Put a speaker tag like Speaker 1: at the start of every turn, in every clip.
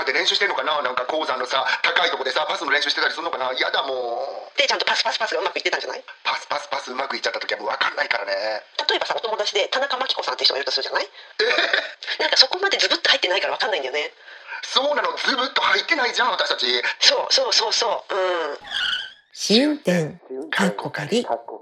Speaker 1: って練習してんのかな。なんか鉱山のさ、高いとこでさ、パスの練習してたりするのかな。嫌だもん。
Speaker 2: でちゃんとパスがうまくいってたんじゃない？
Speaker 1: パスうまくいっちゃった時はもう分かんないからね。
Speaker 2: 例えばさ、お友達で田中真紀子さんって人がいるとするじゃない？なんかそこまでズブッと入ってないから分かんないんだよね。
Speaker 1: そうなの、ズブッと入ってないじゃん私たち。
Speaker 2: そう。試運転かっこかり。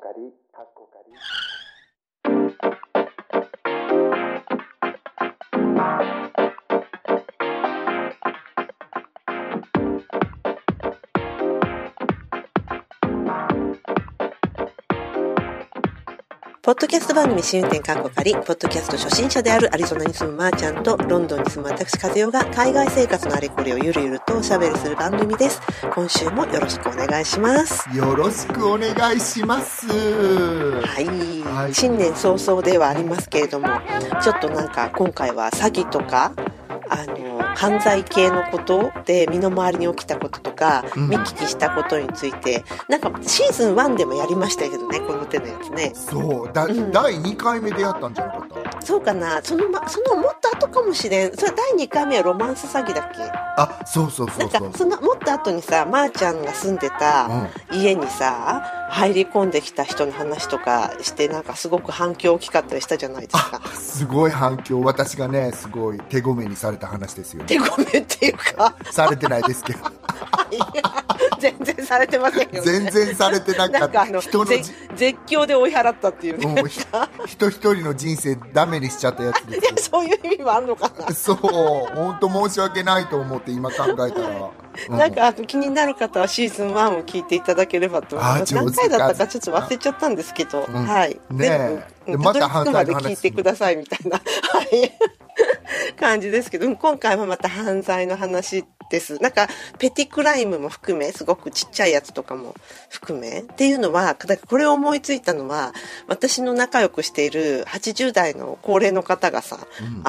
Speaker 2: ポッドキャスト番組試運転かっこかり、ポッドキャスト初心者であるアリゾナに住むまーちゃんとロンドンに住む私和代が海外生活のあれこれをゆるゆるとおしゃべりする番組です。今週もよろしくお願いします。
Speaker 1: よろしくお願いします。
Speaker 2: はい、新年早々ではありますけれども、ちょっとなんか今回は詐欺とか犯罪系のことで身の回りに起きたこととか、見聞きしたことについてなんかシーズン1でもやりましたけどね、この手のやつね。
Speaker 1: そう第2回目でやったんじゃなかった？
Speaker 2: そうかな、そのもっと後かもしれん。それ第2回目はロマンス詐欺だっけ？
Speaker 1: あ、そうなんか
Speaker 2: そのもっと後にさ、まーちゃんが住んでた家にさ、入り込んできた人の話とかして、なんかすごく反響大きかったりしたじゃないですか。
Speaker 1: すごい反響。私がねすごい手ごめにされた話ですよね。
Speaker 2: 手ごめっていうか
Speaker 1: されてないですけど
Speaker 2: 全然されてませんよね。
Speaker 1: 全然されてなかった。人の
Speaker 2: 絶叫で追い払ったっていうね、
Speaker 1: 人一人の人生ダメにしちゃったやつです。
Speaker 2: いや、そういう意味もあるのかな。
Speaker 1: そう本当申し訳ないと思って今考えたら、
Speaker 2: なんか気になる方はシーズン1を聞いていただければと思います。何回だったかちょっと忘れちゃったんですけど、はい
Speaker 1: ねえ、
Speaker 2: また犯罪の話まで聞いてくださいみたいなはい感じですけど、今回はまた犯罪の話です。なんかペティクライムも含め、すごくちっちゃいやつとかも含めっていうのは、だからこれを思いついたのは、私の仲良くしている80代の高齢の方がさ、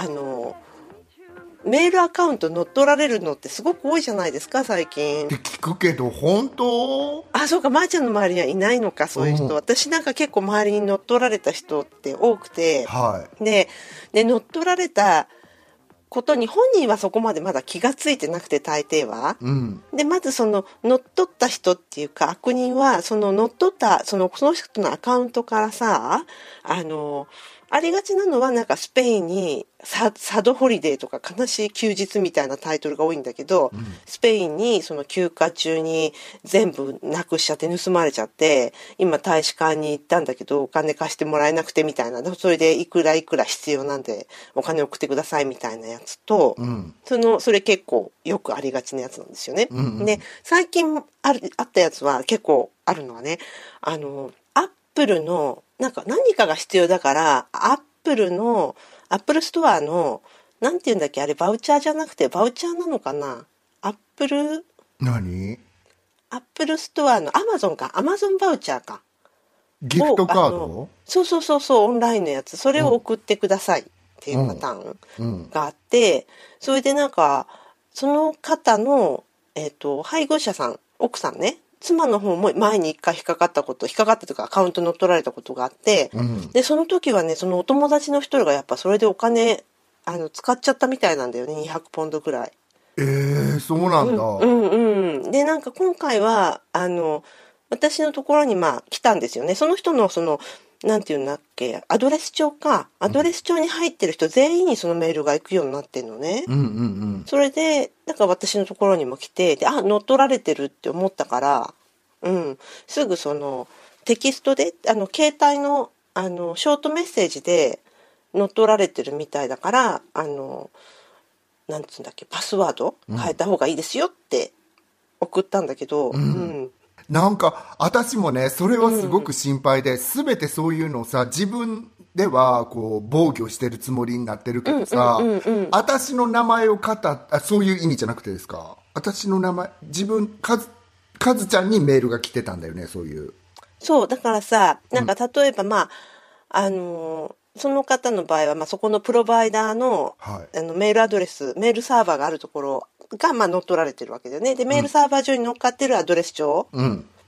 Speaker 2: メールアカウント乗っ取られるのってすごく多いじゃないですか最近。
Speaker 1: って聞くけど本当？
Speaker 2: そうか、まーちゃんの周りにはいないのか、そういう人。私なんか結構周りに乗っ取られた人って多くて、で乗っ取られたことに本人はそこまでまだ気がついてなくて、大抵は、でまずその乗っ取った人っていうか悪人は、その乗っ取ったその人のアカウントからさ、ありがちなのはなんかスペインにサドホリデーとか悲しい休日みたいなタイトルが多いんだけど、スペインにその休暇中に全部なくしちゃって盗まれちゃって、今大使館に行ったんだけどお金貸してもらえなくてみたいな、それでいくら必要なんでお金送ってくださいみたいなやつと、それ結構よくありがちなやつなんですよね。で最近あったやつは結構あるのはね、アップルのなんか何かが必要だから、アップルストアのなんていうんだっけ、あれバウチャーじゃなくてバウチャーなのかな、アップルストアのアマゾンバウチャーか、
Speaker 1: ギフトカード？
Speaker 2: そうオンラインのやつ、それを送ってくださいっていうパターンがあって、それでなんかその方の配偶者さん、奥さんね、妻の方も前に一回引っかかったというかアカウント乗っ取られたことがあって、でその時はね、そのお友達の一人がやっぱそれでお金使っちゃったみたいなんだよね、200ポンドぐらい。
Speaker 1: そうなんだ。
Speaker 2: でなんか今回は私のところに来たんですよね。その人のなんていうんだっけ、アドレス帳に入ってる人全員にそのメールが行くようになってるのね。それでなんか私のところにも来て、で乗っ取られてるって思ったから、すぐそのテキストで携帯のショートメッセージで乗っ取られてるみたいだから、なんつうんだっけ、パスワード変えた方がいいですよって送ったんだけど、
Speaker 1: なんか私もねそれはすごく心配で、全てそういうのをさ、自分ではこう防御してるつもりになってるけどさ、私の名前をそういう意味じゃなくてですか、私の名前、カズちゃんにメールが来てたんだよね、そういう。
Speaker 2: そうだからさ、なんか例えばその方の場合は、そこのプロバイダーの、メールアドレス、メールサーバーがあるところが乗っ取られてるわけだよね。でメールサーバー上に乗っかってるアドレス帳、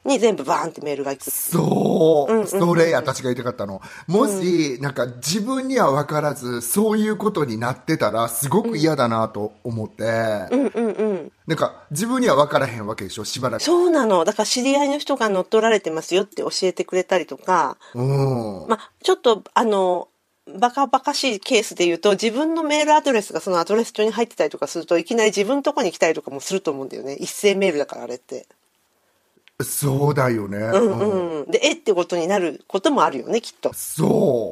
Speaker 2: に全部バーンってメールがいく。
Speaker 1: そう、それ私が言いたかったの。もし、なんか自分には分からず、そういうことになってたら、すごく嫌だなと思って、なんか自分には分からへんわけでしょ、しばらく。
Speaker 2: そうなの。だから知り合いの人が乗っ取られてますよって教えてくれたりとか、ちょっと、バカバカしいケースで言うと、自分のメールアドレスがそのアドレス帳に入ってたりとかすると、いきなり自分のとこに来たりとかもすると思うんだよね。一斉メールだからあれって。
Speaker 1: そうだよね。
Speaker 2: で、ってことになることもあるよね、きっと。
Speaker 1: そう。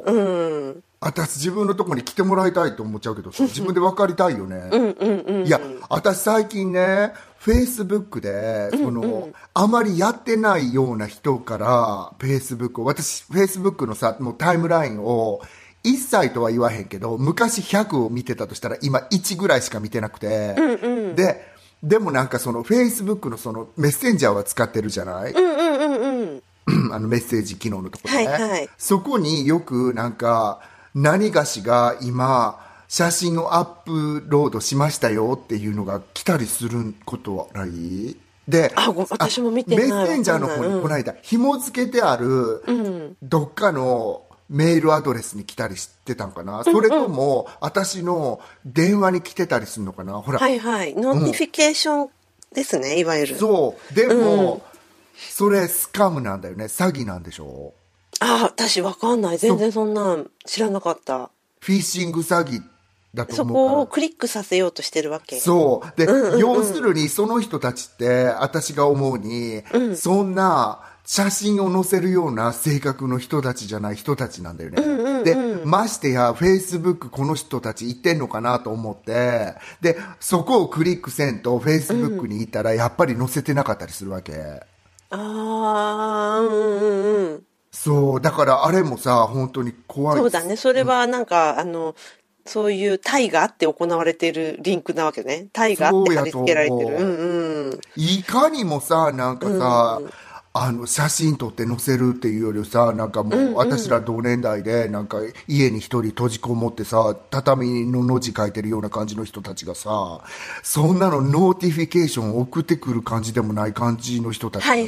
Speaker 1: 私自分のとこに来てもらいたいと思っちゃうけどさ、自分で分かりたいよね。いや、私最近ね、Facebook で、あまりやってないような人から、Facebook を、私、Facebook のさ、もうタイムラインを、1歳とは言わへんけど、昔100を見てたとしたら、今1ぐらいしか見てなくて、でもなんかその Facebook のそのメッセンジャーは使ってるじゃない？メッセージ機能のところね、そこによくなんか何がしが今写真をアップロードしましたよっていうのが来たりすることはないで、
Speaker 2: 私も見てない。
Speaker 1: メッセンジャーの方にこの間紐付けてあるどっかのメールアドレスに来たりしてたんかな、それとも私の電話に来てたりするのかな。ほら、
Speaker 2: ノーティフィケーションですね、いわゆる。
Speaker 1: そうでも、それスカムなんだよね、詐欺なんでしょ。
Speaker 2: 私わかんない、全然そんなん知らなかった。
Speaker 1: フィッシング詐欺だと思うから、
Speaker 2: そこをクリックさせようとしてるわけ。
Speaker 1: そうで、要するにその人たちって私が思うに、そんな写真を載せるような性格の人たちじゃない人たちなんだよね。で、ましてや Facebook この人たち言ってんのかなと思って、でそこをクリックせんと Facebook に行ったらやっぱり載せてなかったりするわけ。そうだからあれもさ本当に怖い。
Speaker 2: そうだね、それはなんか、そういう対があって行われているリンクなわけね。対があって貼り付けられてる。
Speaker 1: いかにもさ、なんかさ、写真撮って載せるっていうよりさ、なんかもう私ら同年代でなんか家に一人閉じこもってさ、畳の文字書いてるような感じの人たちがさ、そんなのノーティフィケーション送ってくる感じでもない感じの人たち。そう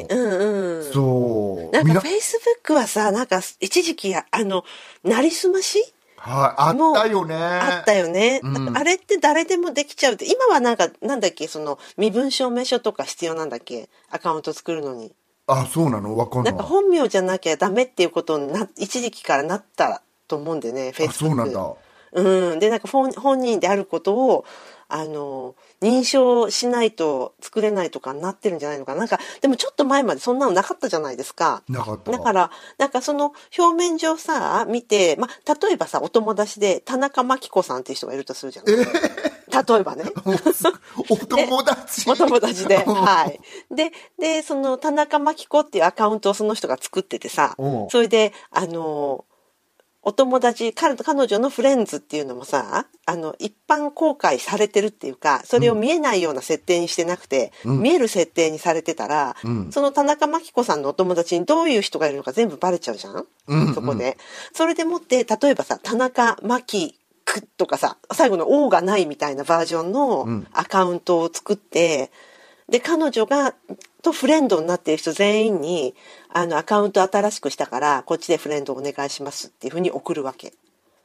Speaker 2: なんかフェイスブックはさ、なんか一時期なりすまし
Speaker 1: あったよね。
Speaker 2: あったよね。あれって誰でもできちゃうって。今はなんか、なんだっけ、その身分証明書とか必要なんだっけ、アカウント作るのに。
Speaker 1: そうなの？わかんない。
Speaker 2: なんか本名じゃなきゃダメっていうことに一時期からなったと思うんでね、フェイスブック。そうなんだ。で、なんか本人であることを、認証しないと作れないとかになってるんじゃないのかな。なんか、でもちょっと前までそんなのなかったじゃないですか。
Speaker 1: なかった。
Speaker 2: だから、なんかその表面上さ、見て、例えばさ、お友達で田中真紀子さんっていう人がいるとするじゃない。例えばね。
Speaker 1: お友達
Speaker 2: お友達で。はい。で、その田中真紀子っていうアカウントをその人が作っててさ、それで、お友達、彼女のフレンズっていうのもさ、一般公開されてるっていうか、それを見えないような設定にしてなくて、見える設定にされてたら、その田中真紀子さんのお友達にどういう人がいるのか全部バレちゃうじゃん、そこで。それでもって、例えばさ、田中真紀とかさ、最後の O がないみたいなバージョンのアカウントを作って、で、彼女とフレンドになっている人全員に、アカウント新しくしたから、こっちでフレンドお願いしますっていうふうに送るわけ。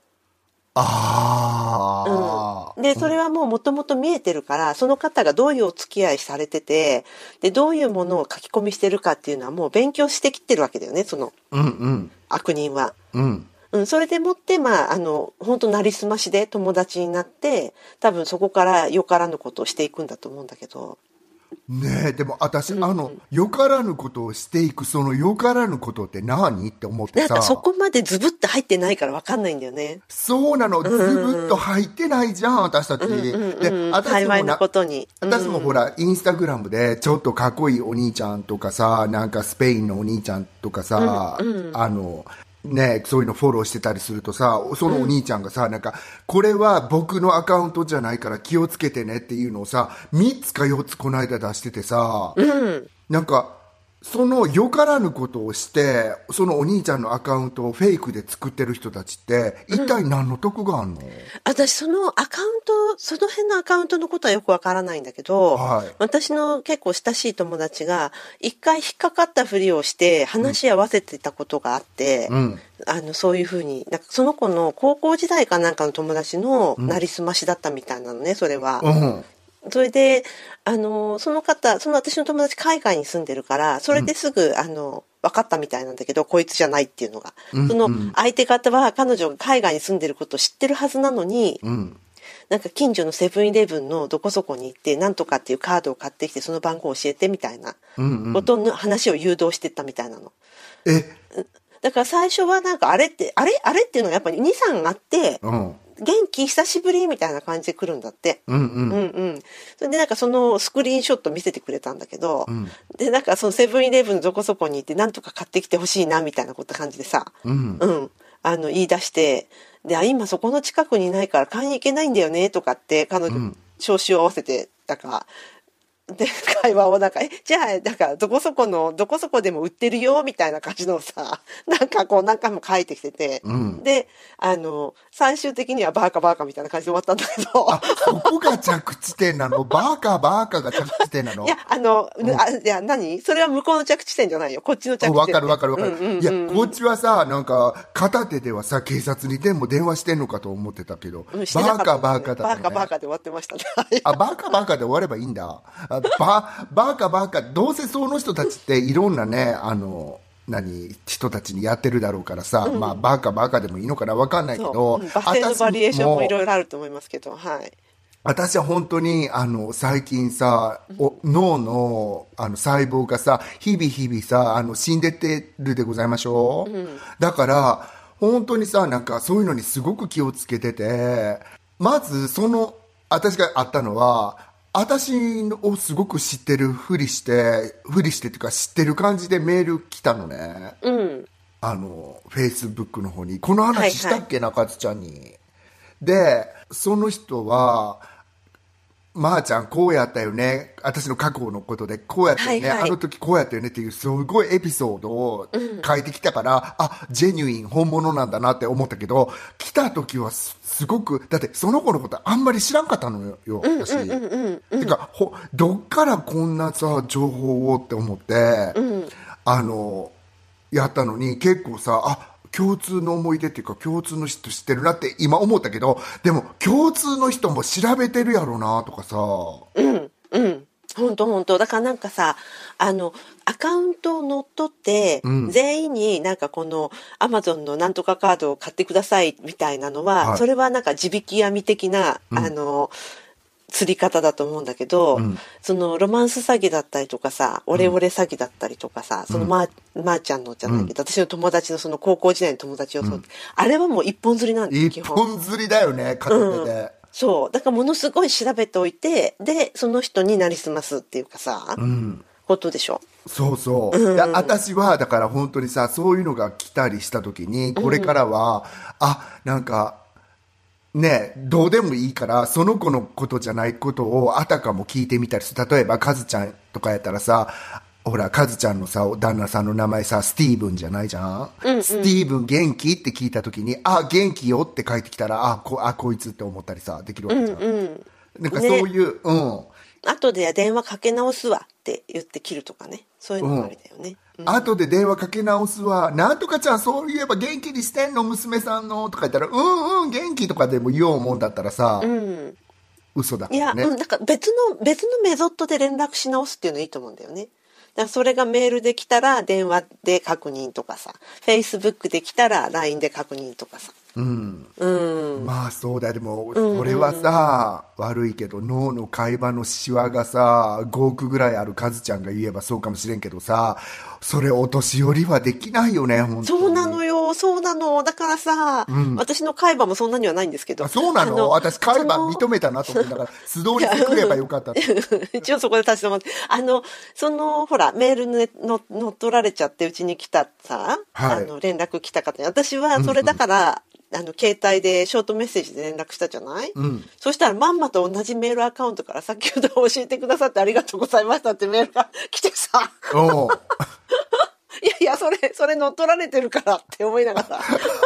Speaker 2: で、それはもともと見えてるから、その方がどういうお付き合いされてて、で、どういうものを書き込みしてるかっていうのはもう勉強してきてるわけだよね、その、悪人は。それでもって、本当なりすましで友達になって、多分そこからよからぬことをしていくんだと思うんだけど。
Speaker 1: ねえ、でも私、よからぬことをしていく、そのよからぬことって何って思ってさ。
Speaker 2: なんかそこまでズブって入ってないから分かんないんだよね。
Speaker 1: そうなの、ズブっと入ってないじゃん、私たち。で、
Speaker 2: 幸いなことに。
Speaker 1: 私もほら、インスタグラムでちょっとかっこいいお兄ちゃんとかさ、なんかスペインのお兄ちゃんとかさ、ね、そういうのフォローしてたりするとさ、そのお兄ちゃんがさ、なんかこれは僕のアカウントじゃないから気をつけてねっていうのをさ、3つか4つこの間出しててさ、なんかそのよからぬことをしてそのお兄ちゃんのアカウントをフェイクで作ってる人たちって一体何の得があるの？
Speaker 2: 私そのアカウント、その辺のアカウントのことはよくわからないんだけど、はい、私の結構親しい友達が一回引っかかったふりをして話し合わせてたことがあって、そういうふうになんかその子の高校時代かなんかの友達のなりすましだったみたいなのね、それは。それでその私の友達海外に住んでるからそれですぐ、分かったみたいなんだけど、こいつじゃないっていうのが、その相手方は彼女が海外に住んでることを知ってるはずなのに、なんか近所のセブンイレブンのどこそこに行ってなんとかっていうカードを買ってきてその番号を教えてみたいなことの話を誘導してったみたいなの。だから最初はなんかあれっていうのがやっぱり 2,3 あって、元気久しぶりみたいな感じで来るんだって。それでなんかそのスクリーンショット見せてくれたんだけど、でなんかそのセブンイレブンのどこそこに行ってなんとか買ってきてほしいなみたいなこと感じでさ、言い出して、で今そこの近くにいないから買いに行けないんだよねとかって彼女、調子を合わせてたか。で会話をなんかじゃあなんかどこそこでも売ってるよみたいな感じのさ、なんかこう何回も書いてきてて、で最終的にはバーカみたいな感じで終わったんだけど、
Speaker 1: そこが着地点なの？バーカが着地点なの？
Speaker 2: いやいや何それは向こうの着地点じゃないよ、こっちの着地点。
Speaker 1: わかる、いやこっちはさなんか片手ではさ警察にでも電話してんのかと思ってたけど、バーカだったね。
Speaker 2: バーカで終わってましたね。
Speaker 1: バーカで終わればいいんだ。バーカどうせその人たちっていろんなね人たちにやってるだろうからさ、まあバーカでもいいのかな分かんないけど、
Speaker 2: 罵声のバリエーションもいろいろあると思いますけど、はい。
Speaker 1: 私は本当に最近さ、脳の細胞がさ日々さ死んでってるでございましょう、だから本当にさなんかそういうのにすごく気をつけてて、まず私があったのは私をすごく知ってるふりしてっていうか知ってる感じでメール来たのね。フェイスブックの方にこの話したっけ、中津ちゃんに。でその人はまーちゃんこうやったよね、私の過去のことでこうやったよね、あの時こうやったよねっていうすごいエピソードを書いてきたから、ジェニュイン本物なんだなって思ったけど、来た時はすごくだってその子のことあんまり知らんかったのよ私。てかどっからこんなさ情報をって思って、やったのに結構さ共通の思い出っていうか共通の人知ってるなって今思ったけど、でも共通の人も調べてるやろなとかさ。
Speaker 2: 本当だからなんかさアカウントを乗っ取って、全員になんかこのアマゾンのなんとかカードを買ってくださいみたいなのは、それはなんか地引き網的な釣り方だと思うんだけど、そのロマンス詐欺だったりとかさ、オレオレ詐欺だったりとかさ、そのまーちゃんのじゃないけど、私の友達のその高校時代の友達をあれはもう一本釣りなんです。
Speaker 1: 一本釣りだよね、片手で。
Speaker 2: そうだからものすごい調べておいて、でその人になりすますっていうかさ、ことでしょ。
Speaker 1: そうそう、私はだから本当にさそういうのが来たりした時にこれからは、なんかね、どうでもいいからその子のことじゃないことをあたかも聞いてみたりする。例えばカズちゃんとかやったらさ、ほらカズちゃんのさ旦那さんの名前さスティーブンじゃないじゃん、スティーブン元気って聞いた時に元気よって書いてきたらこいつって思ったりさできるわけじゃん、なんかそういう、
Speaker 2: 後で電話かけ直すわって言って切るとかね、そういうのもありだよね。
Speaker 1: 後で電話かけ直すわ、なんとかちゃんそういえば元気にしてんの娘さんのとか言ったら元気とかでも言おうもんだったらさ、嘘だからね。
Speaker 2: いや、だから別のメソッドで連絡し直すっていうのいいと思うんだよね。だからそれがメールで来たら電話で確認とかさ、フェイスブックで来たら LINE で確認とかさ。
Speaker 1: まあそうだ。でもそれはさ、悪いけど脳の会話のシワがさ5億ぐらいあるカズちゃんが言えばそうかもしれんけどさ、それお年寄りはできないよね。本当に
Speaker 2: そうなのよ。 そうなの。だからさ、私の海馬もそんなにはないんですけど。
Speaker 1: そうなの？私海馬認めたなと思ってだから素通りしてくればよかった
Speaker 2: 一応そこで立ち止まって。ほら、メールに乗っ取られちゃってうちに来たさ、
Speaker 1: はい、
Speaker 2: 連絡来た方に、私はそれだから、携帯でショートメッセージで連絡したじゃない、そしたらまんまと同じメールアカウントから先ほど教えてくださってありがとうございましたってメールが来てさ。いやいや、それ乗っ取られてるからって思いながら。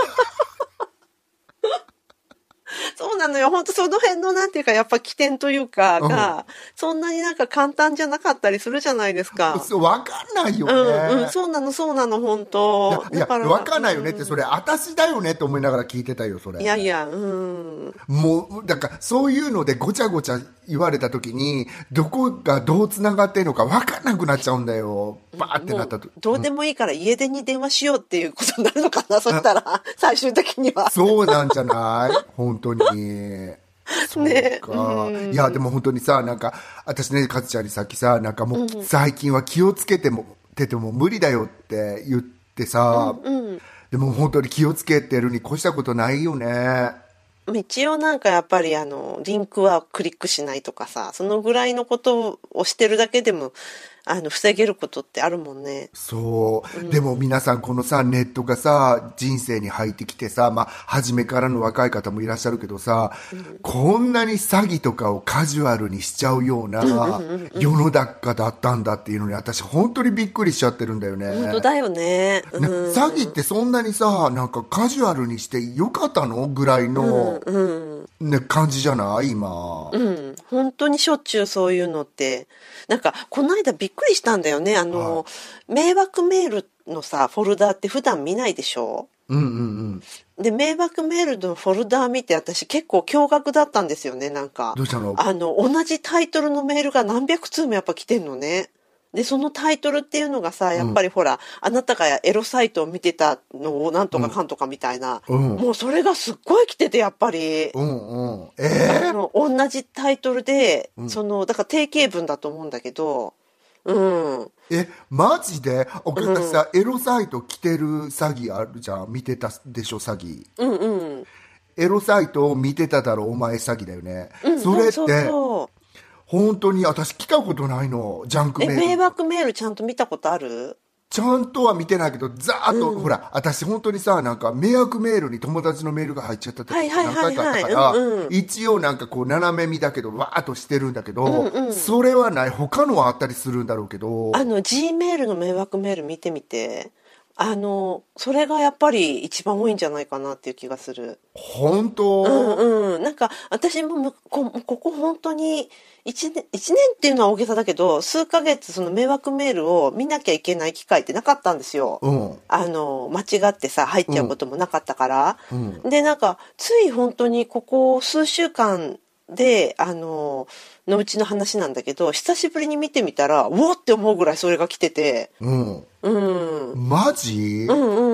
Speaker 2: そうなのよ。本当その辺のなんていうか、やっぱ起点というかが、そんなになんか簡単じゃなかったりするじゃないですか。
Speaker 1: そう、わかんないよね。
Speaker 2: そうなの、本当。
Speaker 1: いや、わかんないよねって、それ、私だよねって思いながら聞いてたよ、それ。
Speaker 2: いやいや、
Speaker 1: もう、だから、そういうのでごちゃごちゃ言われた時に、どこがどう繋がってんのかわかんなくなっちゃうんだよ。バーってなったと。
Speaker 2: どうでもいいから家出に電話しようっていうことになるのかな、そしたら、最終的には。
Speaker 1: そうなんじゃない本当に。そうか、いやでも本当にさ、なんか私ね、かつちゃんにさっきさ、なんかもう最近は気をつけても無理だよって言ってさ、でも本当に気をつけてるに越したことないよね。
Speaker 2: 一応なんかやっぱりリンクはクリックしないとかさ、そのぐらいのことをしてるだけでも防げることってあるもんね。
Speaker 1: そう、でも皆さんこのさ、ネットがさ人生に入ってきてさ、初めからの若い方もいらっしゃるけどさ、こんなに詐欺とかをカジュアルにしちゃうような世の中だったんだっていうのに私本当にびっくりしちゃってるんだよね。
Speaker 2: 本当だよね。
Speaker 1: 詐欺ってそんなにさ、なんかカジュアルにしてよかったのぐらいの、感じじゃない今。
Speaker 2: 本当にしょっちゅうそういうのって、なんかこの間びっくりしたんだよね。迷惑メールのさフォルダーって普段見ないでしょ。で迷惑メールのフォルダー見て私結構驚愕だったんですよね。なんか
Speaker 1: どうしたの？
Speaker 2: 同じタイトルのメールが何百通もやっぱ来てんのね。でそのタイトルっていうのがさ、やっぱりほら、あなたがエロサイトを見てたのをなんとかかんとかみたいな、もうそれがすっごい来てて、やっぱり、同じタイトルで、だから定型文だと思うんだけど、
Speaker 1: マジで？私さ、エロサイト来てる詐欺あるじゃん。見てたでしょ詐欺。エロサイトを見てただろお前詐欺だよね。それって本当に私来たことないの。ジャンクメール。
Speaker 2: 迷惑メールちゃんと見たことある？
Speaker 1: ちゃんとは見てないけど、ざーっと、ほら、私本当にさ、なんか迷惑メールに友達のメールが入っちゃった時何回かあったから、一応なんかこう斜め見だけど、わーっとしてるんだけど、それはない。他のはあったりするんだろうけど。
Speaker 2: G メールの迷惑メール見てみて。それがやっぱり一番多いんじゃないかなっていう気がする。
Speaker 1: 本当？
Speaker 2: なんか私もここ本当に1年っていうのは大げさだけど、数ヶ月その迷惑メールを見なきゃいけない機会ってなかったんですよ。間違ってさ入っちゃうこともなかったから。でなんかつい本当にここ数週間でのうちの話なんだけど、久しぶりに見てみたらうおって思うぐらいそれが来てて、
Speaker 1: マジ？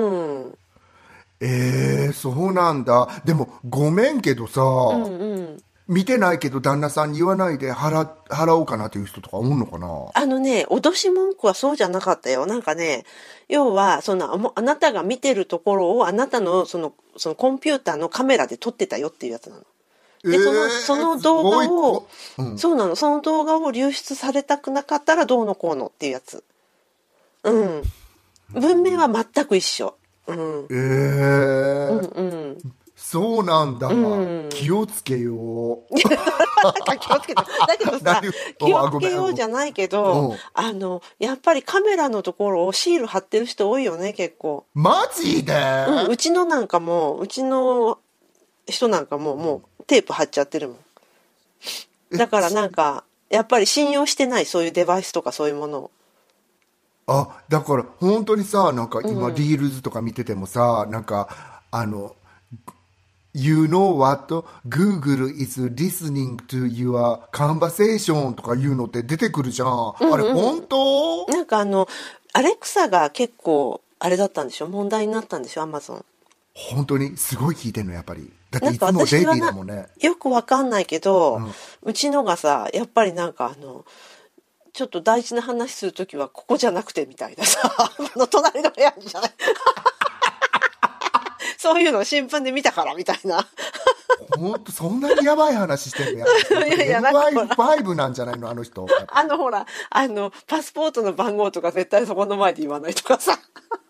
Speaker 1: そうなんだ。でもごめんけどさ、見てないけど旦那さんに言わないで払おうかなという人とかおんのかな？
Speaker 2: 脅し文句はそうじゃなかったよ。なんかね、要はあなたが見てるところをあなたのそのコンピューターのカメラで撮ってたよっていうやつなの。でその動画を、そうなの、その動画を流出されたくなかったらどうのこうのっていうやつ。文明は全く一緒。
Speaker 1: そうなんだ。気をつけよう。
Speaker 2: 気をつけて。だけどさ、気をつけようじゃないけど、やっぱりカメラのところをシール貼ってる人多いよね、結構。
Speaker 1: マジで？
Speaker 2: うちの人なんかもうテープ貼っちゃってるもん。だからなんかやっぱり信用してない、そういうデバイスとかそういうものを。
Speaker 1: だから本当にさ、なんか今リールズとか見ててもさ、なんかYou know what? Google is listening to your conversation とかいうのって出てくるじゃん。あれ本当？
Speaker 2: なんかアレクサが結構あれだったんでしょ、問題になったんでしょ、アマゾン。
Speaker 1: 本当にすごい聞いてんのやっぱり。だっていつもデイリーだもんね。
Speaker 2: よくわかんないけど、うちのがさ、やっぱりなんかちょっと大事な話するときはここじゃなくてみたいなさ、隣の部屋じゃない。 そういうのを新聞で見たからみたいな。
Speaker 1: ほんとそんなにやばい話してるのや。
Speaker 2: いやいや、なんか
Speaker 1: MI5 なんじゃないのあの人。
Speaker 2: ほら、パスポートの番号とか絶対そこの前で言わないとかさ。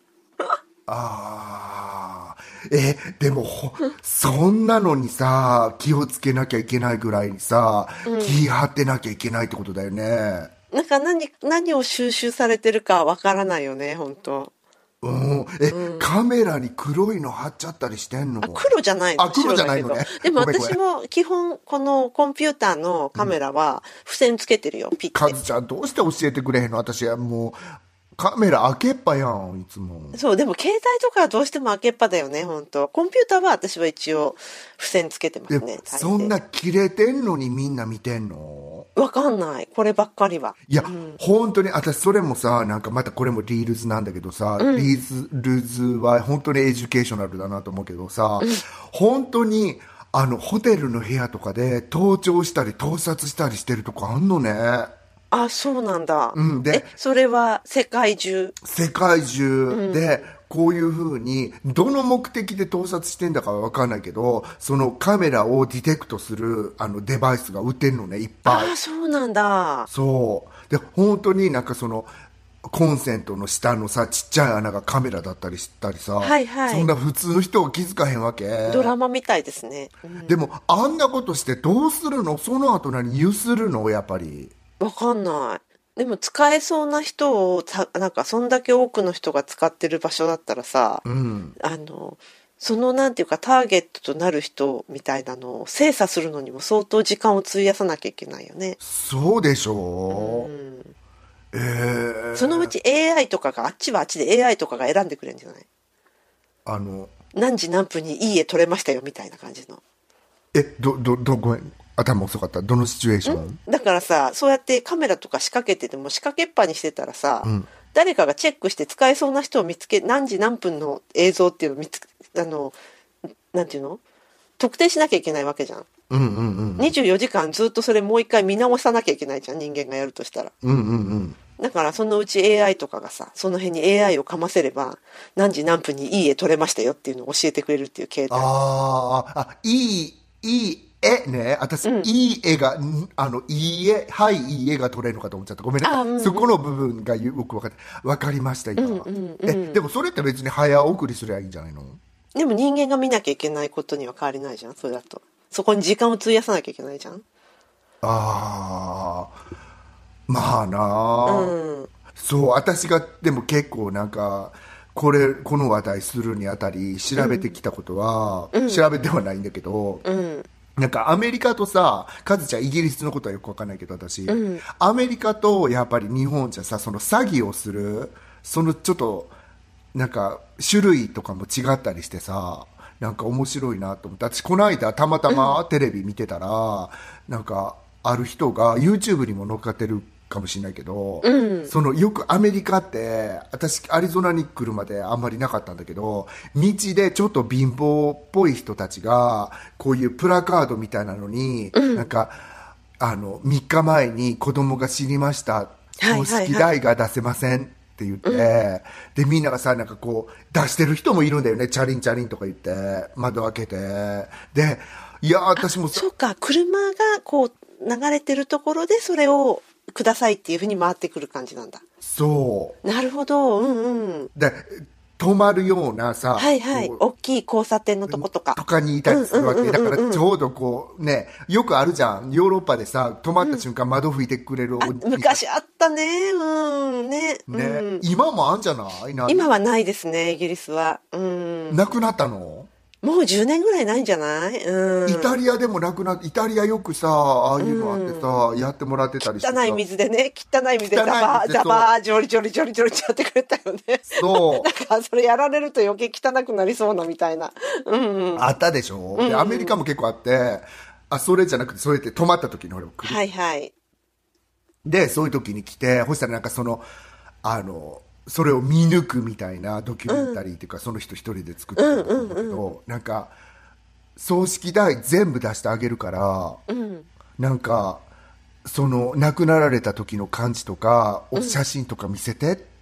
Speaker 1: ああ、でもそんなのにさ、気をつけなきゃいけないぐらいにさ、気張ってなきゃいけないってことだよね。
Speaker 2: なんか何を収集されてるかわからないよね、本当。
Speaker 1: カメラに黒いの貼っちゃったりしてんの？
Speaker 2: 黒じゃないの。
Speaker 1: 黒じゃないのね。
Speaker 2: でも私も基本このコンピューターのカメラは付箋つけてるよ、ピッて。
Speaker 1: カズちゃんどうして教えてくれへんの？私はもうカメラ開けっぱやん、いつも。
Speaker 2: そう、でも携帯とかはどうしても開けっぱだよね、本当。コンピューターは私は一応付箋つけてますね。
Speaker 1: そんな切れてんのにみんな見てんの？
Speaker 2: わかんない。こればっかりは。
Speaker 1: いや、本当に私それもさ、なんかまたこれもリールズなんだけどさ、リールズは本当にエデュケーショナルだなと思うけどさ、本当にホテルの部屋とかで盗聴したり盗撮したりしてるとこあんのね。
Speaker 2: あ、そうなんだ。
Speaker 1: で、
Speaker 2: それは世界中
Speaker 1: で、こういうふうに、どの目的で盗撮してんだかはわかんないけど、そのカメラをディテクトする、デバイスが売ってんのね、いっぱい。
Speaker 2: あ、そうなんだ。
Speaker 1: そう。で、本当になんかコンセントの下のさ、ちっちゃい穴がカメラだったりしたりさ、
Speaker 2: はいはい。
Speaker 1: そんな普通の人は気づかへんわけ。
Speaker 2: ドラマみたいですね。
Speaker 1: でも、あんなことしてどうするの？その後何ゆするの？やっぱり。
Speaker 2: わかんない。でも使えそうな人をなんかそんだけ多くの人が使ってる場所だったらさ、そのなんていうかターゲットとなる人みたいなのを精査するのにも相当時間を費やさなきゃいけないよね。
Speaker 1: そうでしょ
Speaker 2: う。そのうち AI とかがあっちはあっちで AI とかが選んでくれるんじゃない？何時何分にいい絵撮れましたよみたいな感じの。
Speaker 1: ごめん。頭遅かった。どのシチュエーション？
Speaker 2: だからさ、そうやってカメラとか仕掛けてても仕掛けっぱにしてたらさ、誰かがチェックして使えそうな人を見つけ、何時何分の映像っていうのをなんていうの？特定しなきゃいけないわけじゃん。24時間ずっとそれもう一回見直さなきゃいけないじゃん、人間がやるとしたら。だからそのうち AI とかがさ、その辺に AI をかませれば、何時何分にいい絵撮れましたよっていうのを教えてくれるっていう形態。
Speaker 1: いいね、私、いい絵が、いい絵、はい、いい絵が撮れるのかと思っちゃった。ごめんね。そこの部分がよくわかりました、今。でもそれって別に早送りすりゃいいんじゃないの？
Speaker 2: でも人間が見なきゃいけないことには変わりないじゃん、それだと。そこに時間を費やさなきゃいけないじゃん。
Speaker 1: まあなそう、私が、でも結構なんか、この話題するにあたり調べてきたことは、調べてはないんだけど、なんかアメリカとさ、カズちゃんイギリスのことはよくわかんないけど私、アメリカとやっぱり日本じゃさ、その詐欺をする、そのちょっと、なんか種類とかも違ったりしてさ、なんか面白いなと思って、私この間たまたまテレビ見てたら、なんかある人が YouTube にも載っかってるかもしれないけど、よくアメリカって私アリゾナに来るまであんまりなかったんだけど、道でちょっと貧乏っぽい人たちがこういうプラカードみたいなのに、なんか3日前に子供が死にました、葬式代が出せませんって言って、でみんながさ、なんかこう出してる人もいるんだよね、チャリンチャリンとか言って窓開けて、でいや私も
Speaker 2: そうか、車がこう流れてるところでそれをくださいっていうふうに回ってくる感じなんだ。
Speaker 1: そう。
Speaker 2: なるほど。
Speaker 1: で、止まるようなさ、
Speaker 2: 大きい交差点のとことか。
Speaker 1: とかにいたりするわけ。だからちょうどこうね、よくあるじゃん。ヨーロッパでさ、止まった瞬間窓拭いてくれる
Speaker 2: 昔あったね。
Speaker 1: 今もあんじゃない？
Speaker 2: 今はないですね、イギリスは。
Speaker 1: なくなったの？
Speaker 2: もう10年ぐらいないんじゃない？
Speaker 1: イタリアでもなくなって、イタリアよくさ、ああいうのあってさ、やってもらってたりしてさ。
Speaker 2: 汚い水でね、ザバー、ジョリジョリジョリジョリってやってくれたよね。
Speaker 1: そう。
Speaker 2: なんか、それやられると余計汚くなりそうなみたいな。
Speaker 1: あったでしょ？で、アメリカも結構あって、それじゃなくて、それって止まった時に俺も来る。で、そういう時に来て、そしたらなんかそれを見抜くみたいなドキュメンタリーっていうか、その人一人で作ってるんだけど、なんか葬式代全部出してあげるから、なんか亡くなられた時の感じとか、写真とか見せてって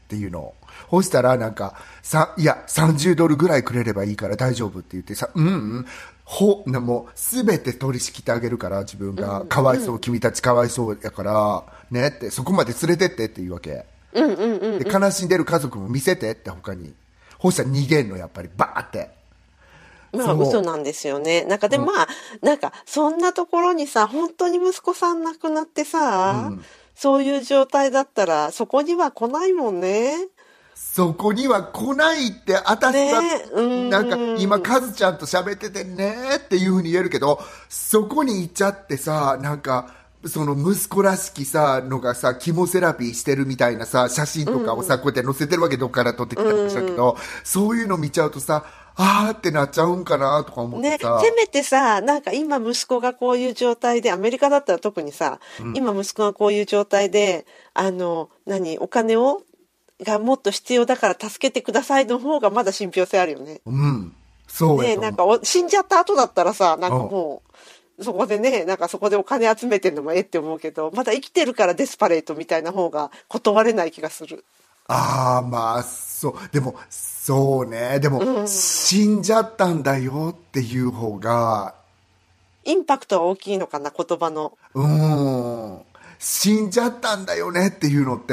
Speaker 1: っていうの。そしたらなんか、いや、$30ぐらいくれればいいから大丈夫って言ってさ、もうすべて取り仕切ってあげるから、自分が、かわいそう、君たちかわいそうやから、ねって、そこまで連れてってっていうわけ。で、悲しんでる家族も見せてって他に。そしたら逃げんの、やっぱり、バーって。
Speaker 2: まあ嘘なんですよね。なんかでもまあ、なんかそんなところにさ、本当に息子さん亡くなってさ、そういう状態だったらそこには来ないもんね。
Speaker 1: そこには来ないって私は、なんか今カズちゃんと喋っててねっていう風に言えるけど、そこに行っちゃってさ、なんかその息子らしきさのがさ、キモセラピーしてるみたいなさ写真とかをさ、こうやって載せてるわけ、どっから撮ってきたりとかしたけど、そういうの見ちゃうとさ、あーってなっちゃうんかなとか思ってさ、
Speaker 2: ね、せめてさ、なんか今息子がこういう状態で、アメリカだったら特にさ、今息子がこういう状態で、お金がもっと必要だから助けてくださいの方がまだ信憑性あるよね。
Speaker 1: そうや
Speaker 2: ね、なんか死んじゃった後だったらさ、なんかもう、そこでね、なんかそこでお金集めてるのもって思うけど、まだ生きてるからデスパレートみたいな方が断れない気がする。
Speaker 1: ああ、まあ、そう。でも、そうね。でも、死んじゃったんだよっていう方が、
Speaker 2: インパクトは大きいのかな、言葉の。
Speaker 1: 死んじゃったんだよねっていうのって、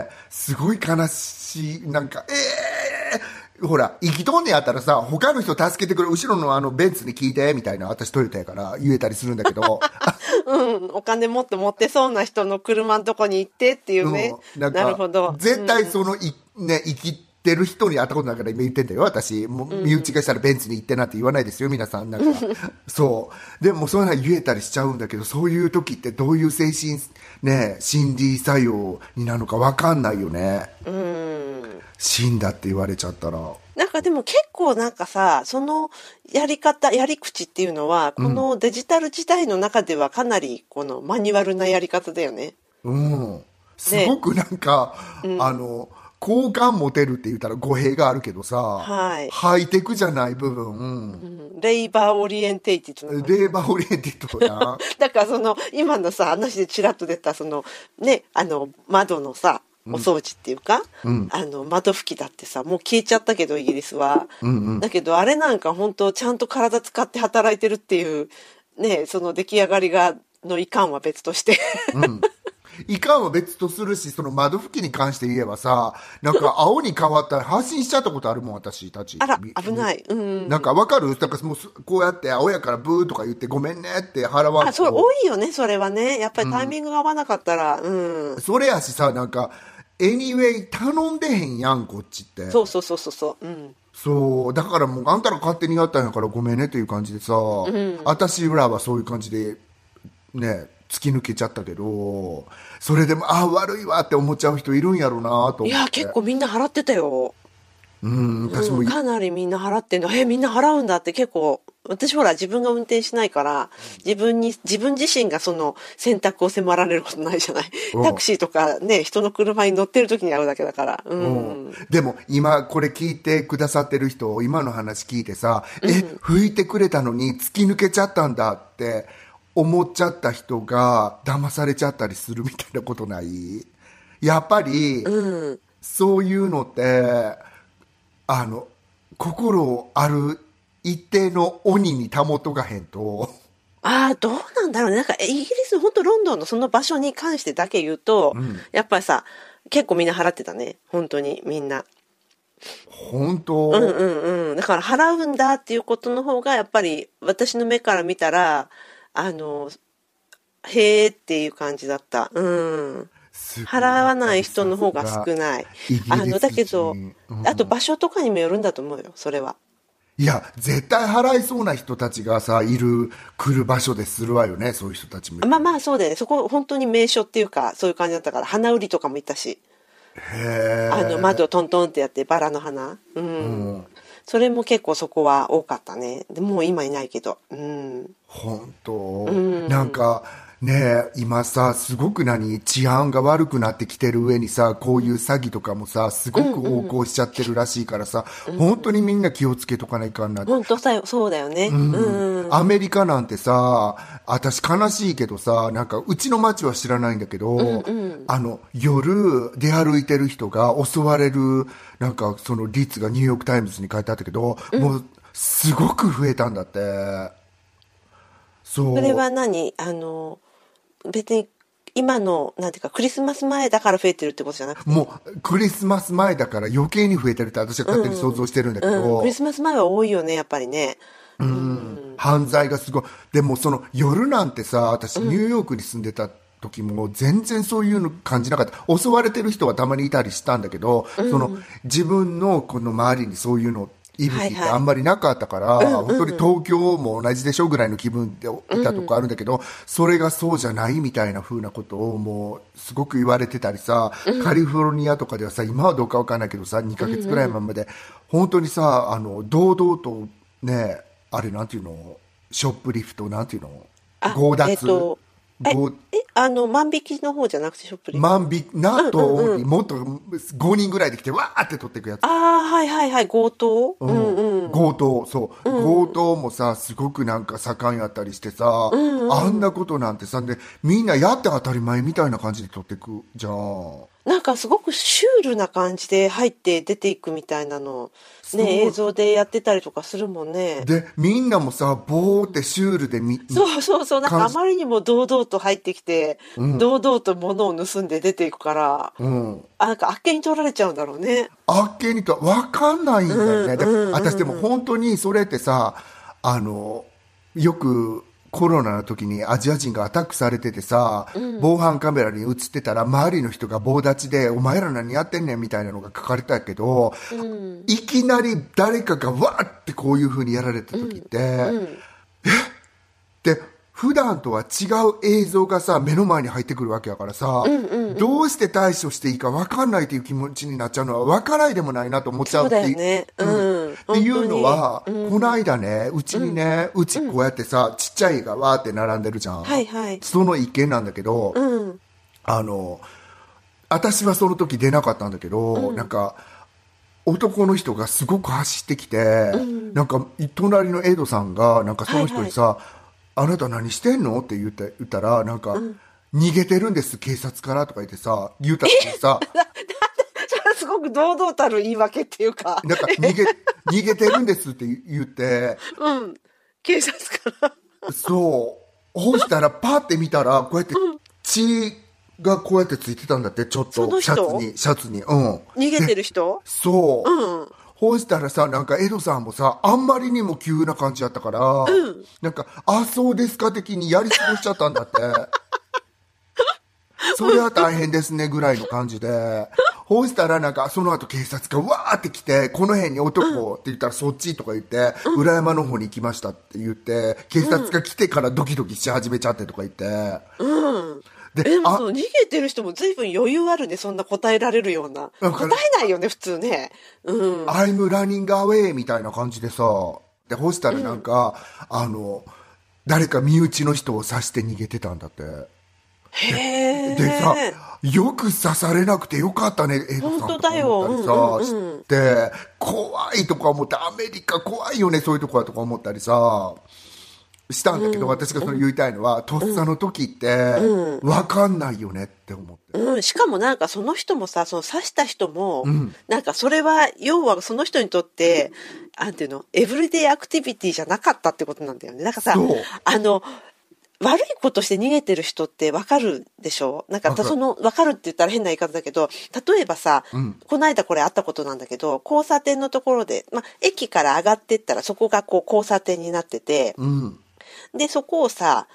Speaker 1: すごい悲しい。なんか、ほら、生きとんねやったらさ、他の人助けてくれ、後ろのベンツに聞いて、みたいな、私トヨタやから言えたりするんだけど。
Speaker 2: お金もっと持ってそうな人の車のとこに行ってっていうね。なるほど。
Speaker 1: 絶対その、生きてる人に会ったことないから今言ってんだよ、私。もう身内がしたらベンツに行ってなって言わないですよ、皆さん。なんか、そう。でもそういうのは言えたりしちゃうんだけど、そういう時ってどういう精神、心理作用になるのか分かんないよね。死んだって言われちゃったら。
Speaker 2: なんかでも結構なんかさ、そのやり口っていうのは、このデジタル時代の中ではかなりこのマニュアルなやり方だよね。
Speaker 1: すごくなんか、好感持てるって言ったら語弊があるけどさ、ハイテクじゃない部分。
Speaker 2: レイバーオリエンテイティッド。
Speaker 1: レイバーオリエンティッドな。
Speaker 2: だからその、今のさ、話でちらっと出たその、ね、窓のさ、お掃除っていうか、窓拭きだってさ、もう消えちゃったけどイギリスは、だけどあれなんか本当ちゃんと体使って働いてるっていうね、その出来上がりのいかんは別として
Speaker 1: いかんは別とするし、その窓拭きに関して言えばさ、なんか青に変わったら発信しちゃったことあるもん、私たち。
Speaker 2: あら、危ない。
Speaker 1: なんかわかる？なんかもうこうやって青やからブーとか言ってごめんねって払わんと。
Speaker 2: それ多いよね、それはね。やっぱりタイミングが合わなかったら、
Speaker 1: それやしさ、なんか、anyway 頼んでへんやん、こっちって。
Speaker 2: そう。
Speaker 1: そう、だからもうあんたら勝手にやったんやからごめんねっていう感じでさ、私らはそういう感じで、ね、突き抜けちゃったけど、それでも、悪いわって思っちゃう人いるんやろうなと思って。
Speaker 2: いや、結構みんな払ってたよ。
Speaker 1: 私も
Speaker 2: かなりみんな払ってんの。みんな払うんだって結構、私ほら自分が運転しないから、自分自身がその選択を迫られることないじゃない。タクシーとかね、人の車に乗ってる時に会うだけだから。
Speaker 1: でも今これ聞いてくださってる人、今の話聞いてさ、拭いてくれたのに突き抜けちゃったんだって思っちゃった人が騙されちゃったりするみたいなことない？やっぱり、そういうのって、心ある一定の鬼に保とがへんと。
Speaker 2: どうなんだろうね。なんかイギリス、本当ロンドンのその場所に関してだけ言うと、やっぱりさ、結構みんな払ってたね。本当にみんな。
Speaker 1: 本当？
Speaker 2: だから払うんだっていうことの方が、やっぱり私の目から見たら、へーっていう感じだった。払わない人の方が少ない。だけど、あと場所とかにもよるんだと思うよ、それは。
Speaker 1: いや、絶対払いそうな人たちがさ、来る場所でするわよね、そういう人たちも。
Speaker 2: まあそうだよね。そこ本当に名所っていうか、そういう感じだったから、花売りとかもいたし。窓をトントンってやって、バラの花。それも結構そこは多かったね。でもう今いないけど。
Speaker 1: 本当、なんか、 ねえ、今さ、すごく治安が悪くなってきてる上にさ、こういう詐欺とかもさ、すごく横行しちゃってるらしいからさ、本当にみんな気をつけとかないかんなって。
Speaker 2: 本当そうだよね。
Speaker 1: アメリカなんてさ、私悲しいけどさ、うちの町は知らないんだけど、夜出歩いてる人が襲われる、その率がニューヨークタイムズに書いてあったけど、もう、すごく増えたんだって。
Speaker 2: それは別に今のなんていうかクリスマス前だから増えてるってことじゃなくて、
Speaker 1: もうクリスマス前だから余計に増えてるって私は勝手に想像してるんだけど、
Speaker 2: クリスマス前は多いよね、やっぱりね。
Speaker 1: 犯罪がすごい。でもその夜なんてさ、私ニューヨークに住んでた時も全然そういうの感じなかった。襲われてる人はたまにいたりしたんだけど、その自分のこの周りにそういうの息吹ってあんまりなかったから、本当に東京も同じでしょぐらいの気分でいたとこあるんだけど、それがそうじゃないみたいな風なことをもうすごく言われてたりさ、カリフォルニアとかではさ、今はどうかわかんないけどさ、2ヶ月くらい前まで、本当にさ、堂々とね、あれなんていうの、ショップリフトなんていうの、強奪。
Speaker 2: 万引きの方じゃなくてショップリ
Speaker 1: 万引き、もっと5人ぐらいで来て、わーって取っていくやつ。
Speaker 2: はいはいはい、強盗、
Speaker 1: 強盗、そう。強盗もさ、すごく盛んやったりしてさ、あんなことなんてさ、で、みんなやって当たり前みたいな感じで取っていくじゃん。
Speaker 2: すごくシュールな感じで入って出ていくみたいなのね、映像でやってたりとかするもんね。
Speaker 1: で、みんなもさ、ボーってシュールで
Speaker 2: そう、あまりにも堂々と入ってきて、堂々と物を盗んで出ていくから、あっけに取られちゃうんだろうね。
Speaker 1: あっけにと分かんないんだよね。私でも本当にそれってさ、よく、コロナの時にアジア人がアタックされててさ、防犯カメラに映ってたら周りの人が棒立ちでお前ら何やってんねんみたいなのが書かれたけど、いきなり誰かがわーってこういう風にやられた時って、で普段とは違う映像がさ目の前に入ってくるわけやからさ、どうして対処していいか分かんないという気持ちになっちゃうのは分からないでもないなと思っちゃうっていう、っていうのは、この間ねうちにね、うちこうやってさちっちゃいがわーって並んでるじゃん、その一軒なんだけど、私はその時出なかったんだけど、男の人がすごく走ってきて、隣のエドさんがその人にさ、あなた何してんのって言ったら逃げてるんです警察からとか言ってさ言ったってさ
Speaker 2: それすごく堂々たる言い訳っていうか
Speaker 1: 逃げてるんですって言って
Speaker 2: 警察から
Speaker 1: そうほしたらパって見たらこうやって血がこうやってついてたんだって、ちょっとシャツに
Speaker 2: 逃げてる人
Speaker 1: そうほしたらさ、エドさんもさ、あんまりにも急な感じだったから、あ、そうですか的にやり過ごしちゃったんだって。それは大変ですね、ぐらいの感じで。ほしたらその後警察がわーって来て、この辺に男って言ったらそっちとか言って、裏山の方に行きましたって言って、警察が来てからドキドキし始めちゃってとか言って。
Speaker 2: でも逃げてる人も随分余裕あるね、そんな答えられるような。答えないよね、普通ね。
Speaker 1: I'm running away みたいな感じでさ、で、ほしたら誰か身内の人を刺して逃げてたんだって。でさ、よく刺されなくてよかったね、エイドさんとか思ったりさ、して怖いとか思って、アメリカ怖いよね、そういうとこはとか思ったりさ、したんだけど、私がそれ言いたいのは、とっさの時って、分かんないよねって思って。
Speaker 2: しかもその人もさ、その刺した人も、それは、要はその人にとって、なんていうの、エブリデイアクティビティじゃなかったってことなんだよね。悪いことして逃げてる人って分かるでしょ？分かるって言ったら変な言い方だけど、例えばさ、この間これあったことなんだけど、交差点のところで、駅から上がってったらそこがこう交差点になってて、で、そこをさ、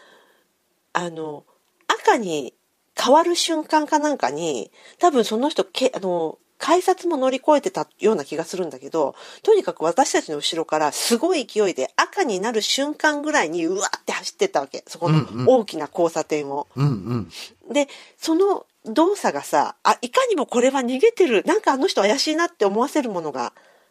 Speaker 2: 赤に変わる瞬間かなんかに、多分その人、改札も乗り越えてたような気がするんだけど、とにかく私たちの後ろからすごい勢いで赤になる瞬間ぐらいにうわって走ってったわけ。そこの大きな交差点を。で、その動作がさ、いかにもこれは逃げてる、あの人怪しいなって思わせるものが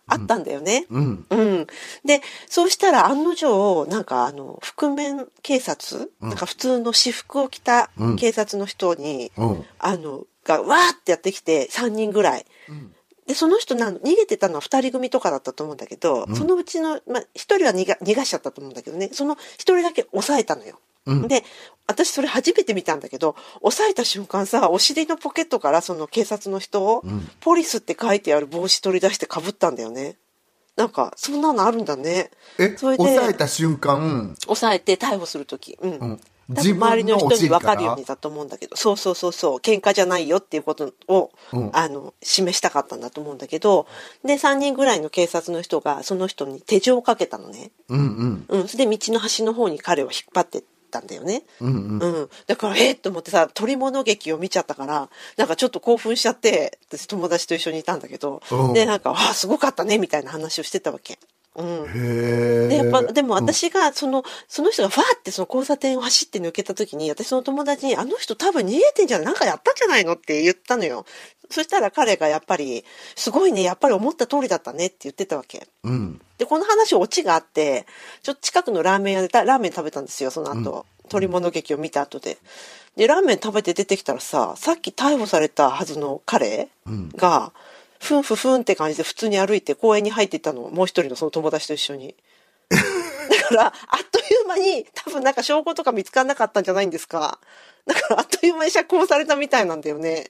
Speaker 2: あったんだよね。
Speaker 1: うん。
Speaker 2: うん。で、そうしたら案の定、なんか覆面警察、なんか普通の私服を着た警察の人に、がわーってやってきて、3人ぐらい。で、その人逃げてたのは2人組とかだったと思うんだけど、そのうちの、1人は逃がしちゃったと思うんだけどね、その1人だけ抑えたのよ。で、私それ初めて見たんだけど、押さえた瞬間さ、お尻のポケットからその警察の人を、ポリスって書いてある帽子取り出して被ったんだよね。なんか、そんなのあるんだね。
Speaker 1: それで押さえた瞬間、
Speaker 2: 押さえて逮捕するとき。自分周りの人に分かるようにだと思うんだけど、そう、喧嘩じゃないよっていうことを、示したかったんだと思うんだけど、で、3人ぐらいの警察の人が、その人に手錠をかけたのね。それで道の端の方に彼を引っ張ってたんだよね。だからと思ってさ、取り物劇を見ちゃったから、なんかちょっと興奮しちゃって、私友達と一緒にいたんだけど、で、なんか、すごかったね、みたいな話をしてたわけ。で、やっぱ、でも私が、その人がファーってその交差点を走って抜けた時に、私その友達に、あの人多分逃げてんじゃない？なんかやったんじゃないのって言ったのよ。そしたら彼がやっぱり、すごいね、やっぱり思った通りだったねって言ってたわけ。で、この話オチがあって、ちょっと近くのラーメン屋でラーメン食べたんですよ、その後。取り物劇を見た後で。で、ラーメン食べて出てきたらさ、さっき逮捕されたはずの彼が、ふんって感じで普通に歩いて公園に入っていったの。もう一人のその友達と一緒に。だから、あっという間に、多分なんか証拠とか見つからなかったんじゃないんですか。だからあっという間に釈放されたみたいなんだよね。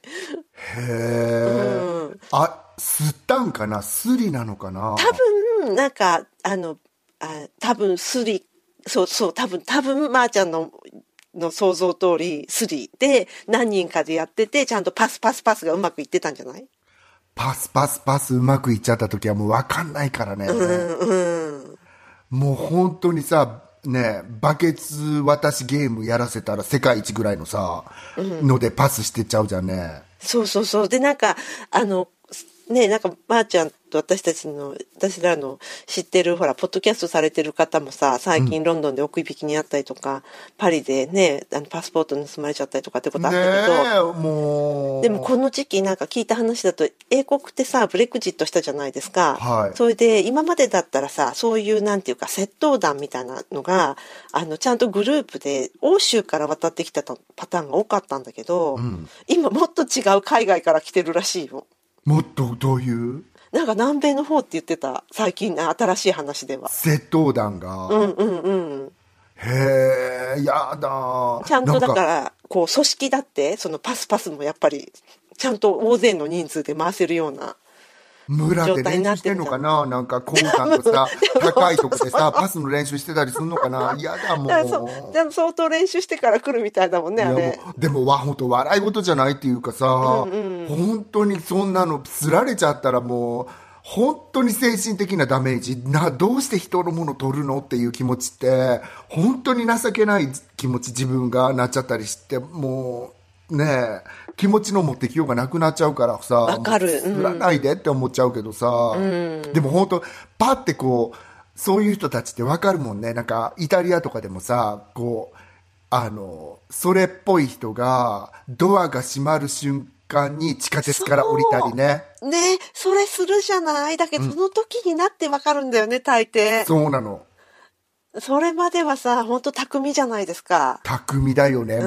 Speaker 1: 吸ったんかな？スリなのかな？
Speaker 2: 多分、なんか、多分スリ、多分、まーちゃんの想像通りスリで何人かでやってて、ちゃんとパスがうまくいってたんじゃない？
Speaker 1: パスうまくいっちゃった時はもう分かんないからね。もう本当にさ、ね、バケツ渡しゲームやらせたら世界一ぐらいのさ、のでパスしてっちゃうじゃんね。
Speaker 2: そう。で、なんか、なんか、まーちゃんと私らの知ってる、ほら、ポッドキャストされてる方もさ、最近ロンドンで奥引きにあったりとか、パリでね、パスポート盗まれちゃったりとかってことあったけど、でもこの時期なんか聞いた話だと、英国ってさ、ブレクジットしたじゃないですか。それで、今までだったらさ、そういうなんていうか、窃盗団みたいなのが、ちゃんとグループで、欧州から渡ってきたパターンが多かったんだけど、今もっと違う海外から来てるらしいよ。
Speaker 1: もっとどういう？
Speaker 2: なんか南米の方って言ってた、最近新しい話では。
Speaker 1: 窃盗団が。へえ、やだ。
Speaker 2: ちゃんとだから、こう組織だって、そのパスもやっぱり、ちゃんと大勢の人数で回せるような。
Speaker 1: 村で練習してんのかな？なんかコンさんとさ、高いとこでさ、パスの練習してたりするのかな？嫌だもん。
Speaker 2: でも相当練習してから来るみたいだもんね、あれ。
Speaker 1: でも本当笑い事じゃないっていうかさ、本当にそんなのすられちゃったらもう、本当に精神的なダメージどうして人のもの取るのっていう気持ちって本当に情けない気持ち自分がなっちゃったりして、もうね気持ちの持ってきようがなくなっちゃうからさ、
Speaker 2: わかる、
Speaker 1: 作らないでって思っちゃうけどさ、でも本当パッてこうそういう人たちってわかるもんね。なんかイタリアとかでもさ、こうそれっぽい人がドアが閉まる瞬間に地下鉄から降りたりね。
Speaker 2: それするじゃない。だけどその時になってわかるんだよね、大抵。
Speaker 1: そうなの。
Speaker 2: それまではさ、本当巧みじゃないですか。
Speaker 1: 巧みだよね、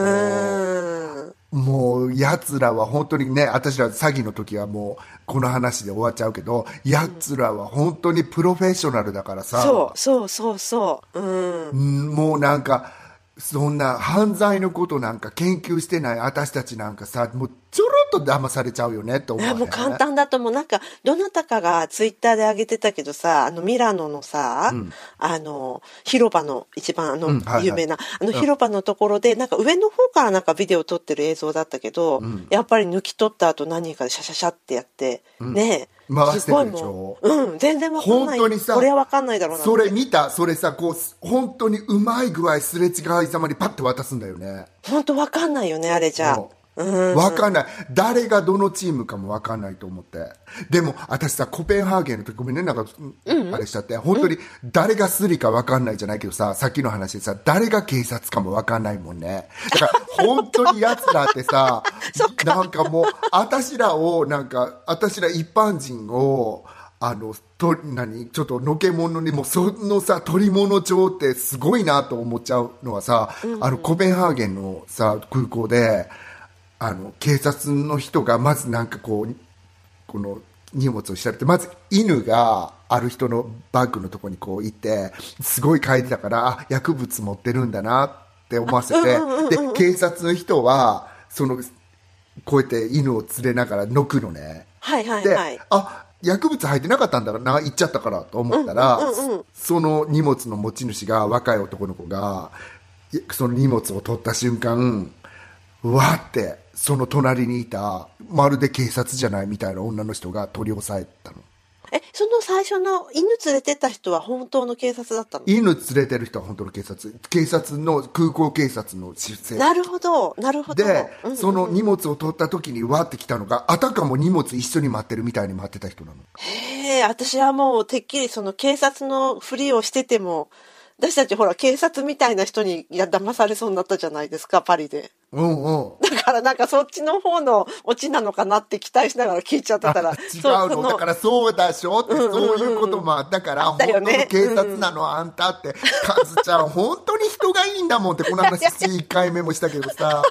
Speaker 1: もう奴らは本当にね、私ら詐欺の時はもうこの話で終わっちゃうけど、奴らは本当にプロフェッショナルだからさ。
Speaker 2: そう。
Speaker 1: もうなんかそんな犯罪のことなんか研究してない私たちなんかさ、もうちょろっと騙されちゃうよねって思うね。
Speaker 2: もう簡単だと思う。なんかどなたかがツイッターで上げてたけどさ、ミラノのさ、広場の一番有名な広場のところで、なんか上の方からなんかビデオ撮ってる映像だったけど、やっぱり抜き取った後何人かでシャシャシャってやって、
Speaker 1: 回してるでしょ。
Speaker 2: 全然わかんない。本当にさ、これはわかんないだろうな。
Speaker 1: それ見た？それさ、こう本当にうまい具合すれ違いざまにパッて渡すんだよね。
Speaker 2: 本当わかんないよね、あれじゃ。
Speaker 1: わかんない。誰がどのチームかもわかんないと思って。でも私さ、コペンハーゲンの時ごめんね、なんか、あれしちゃって、本当に誰がスリかわかんないじゃないけどさ、さっきの話でさ、誰が警察かもわかんないもんね。だから本当に奴らってさなんかもう私ら一般人をちょっとのけものにもそのさ取り物帳ってすごいなと思っちゃうのはさ、コペンハーゲンのさ空港で警察の人がまずなんかこの荷物を調べて、まず犬がある人のバッグのところにこう行ってすごい書いてたから、あ、薬物持ってるんだなって思わせて、で警察の人はこうやって犬を連れながら乗くのね。
Speaker 2: はいはい
Speaker 1: で、
Speaker 2: はい。
Speaker 1: 薬物入ってなかったんだろうな、行っちゃったからと思ったら、その荷物の持ち主が、若い男の子がその荷物を取った瞬間、わってその隣にいたまるで警察じゃないみたいな女の人が取り押さえたの。
Speaker 2: その最初の犬連れてった人は本当の警察だったの？
Speaker 1: 犬連れてる人は本当の警察の空港警察の出世。
Speaker 2: なるほどなるほど。
Speaker 1: で、その荷物を取った時にわって来たのが、あたかも荷物一緒に待ってるみたいに待ってた人なの。
Speaker 2: へえ、私はもうてっきりその警察のふりをしてても、私たちほら警察みたいな人に騙されそうになったじゃないですか、パリで。だからなんかそっちの方のオチなのかなって期待しながら聞いちゃってたら。
Speaker 1: 違うのだから、そうでしょって、そういうこともあったから、本当の警察なのあんたって、カズちゃん本当に人がいいんだもんって、この話1回目もしたけどさ。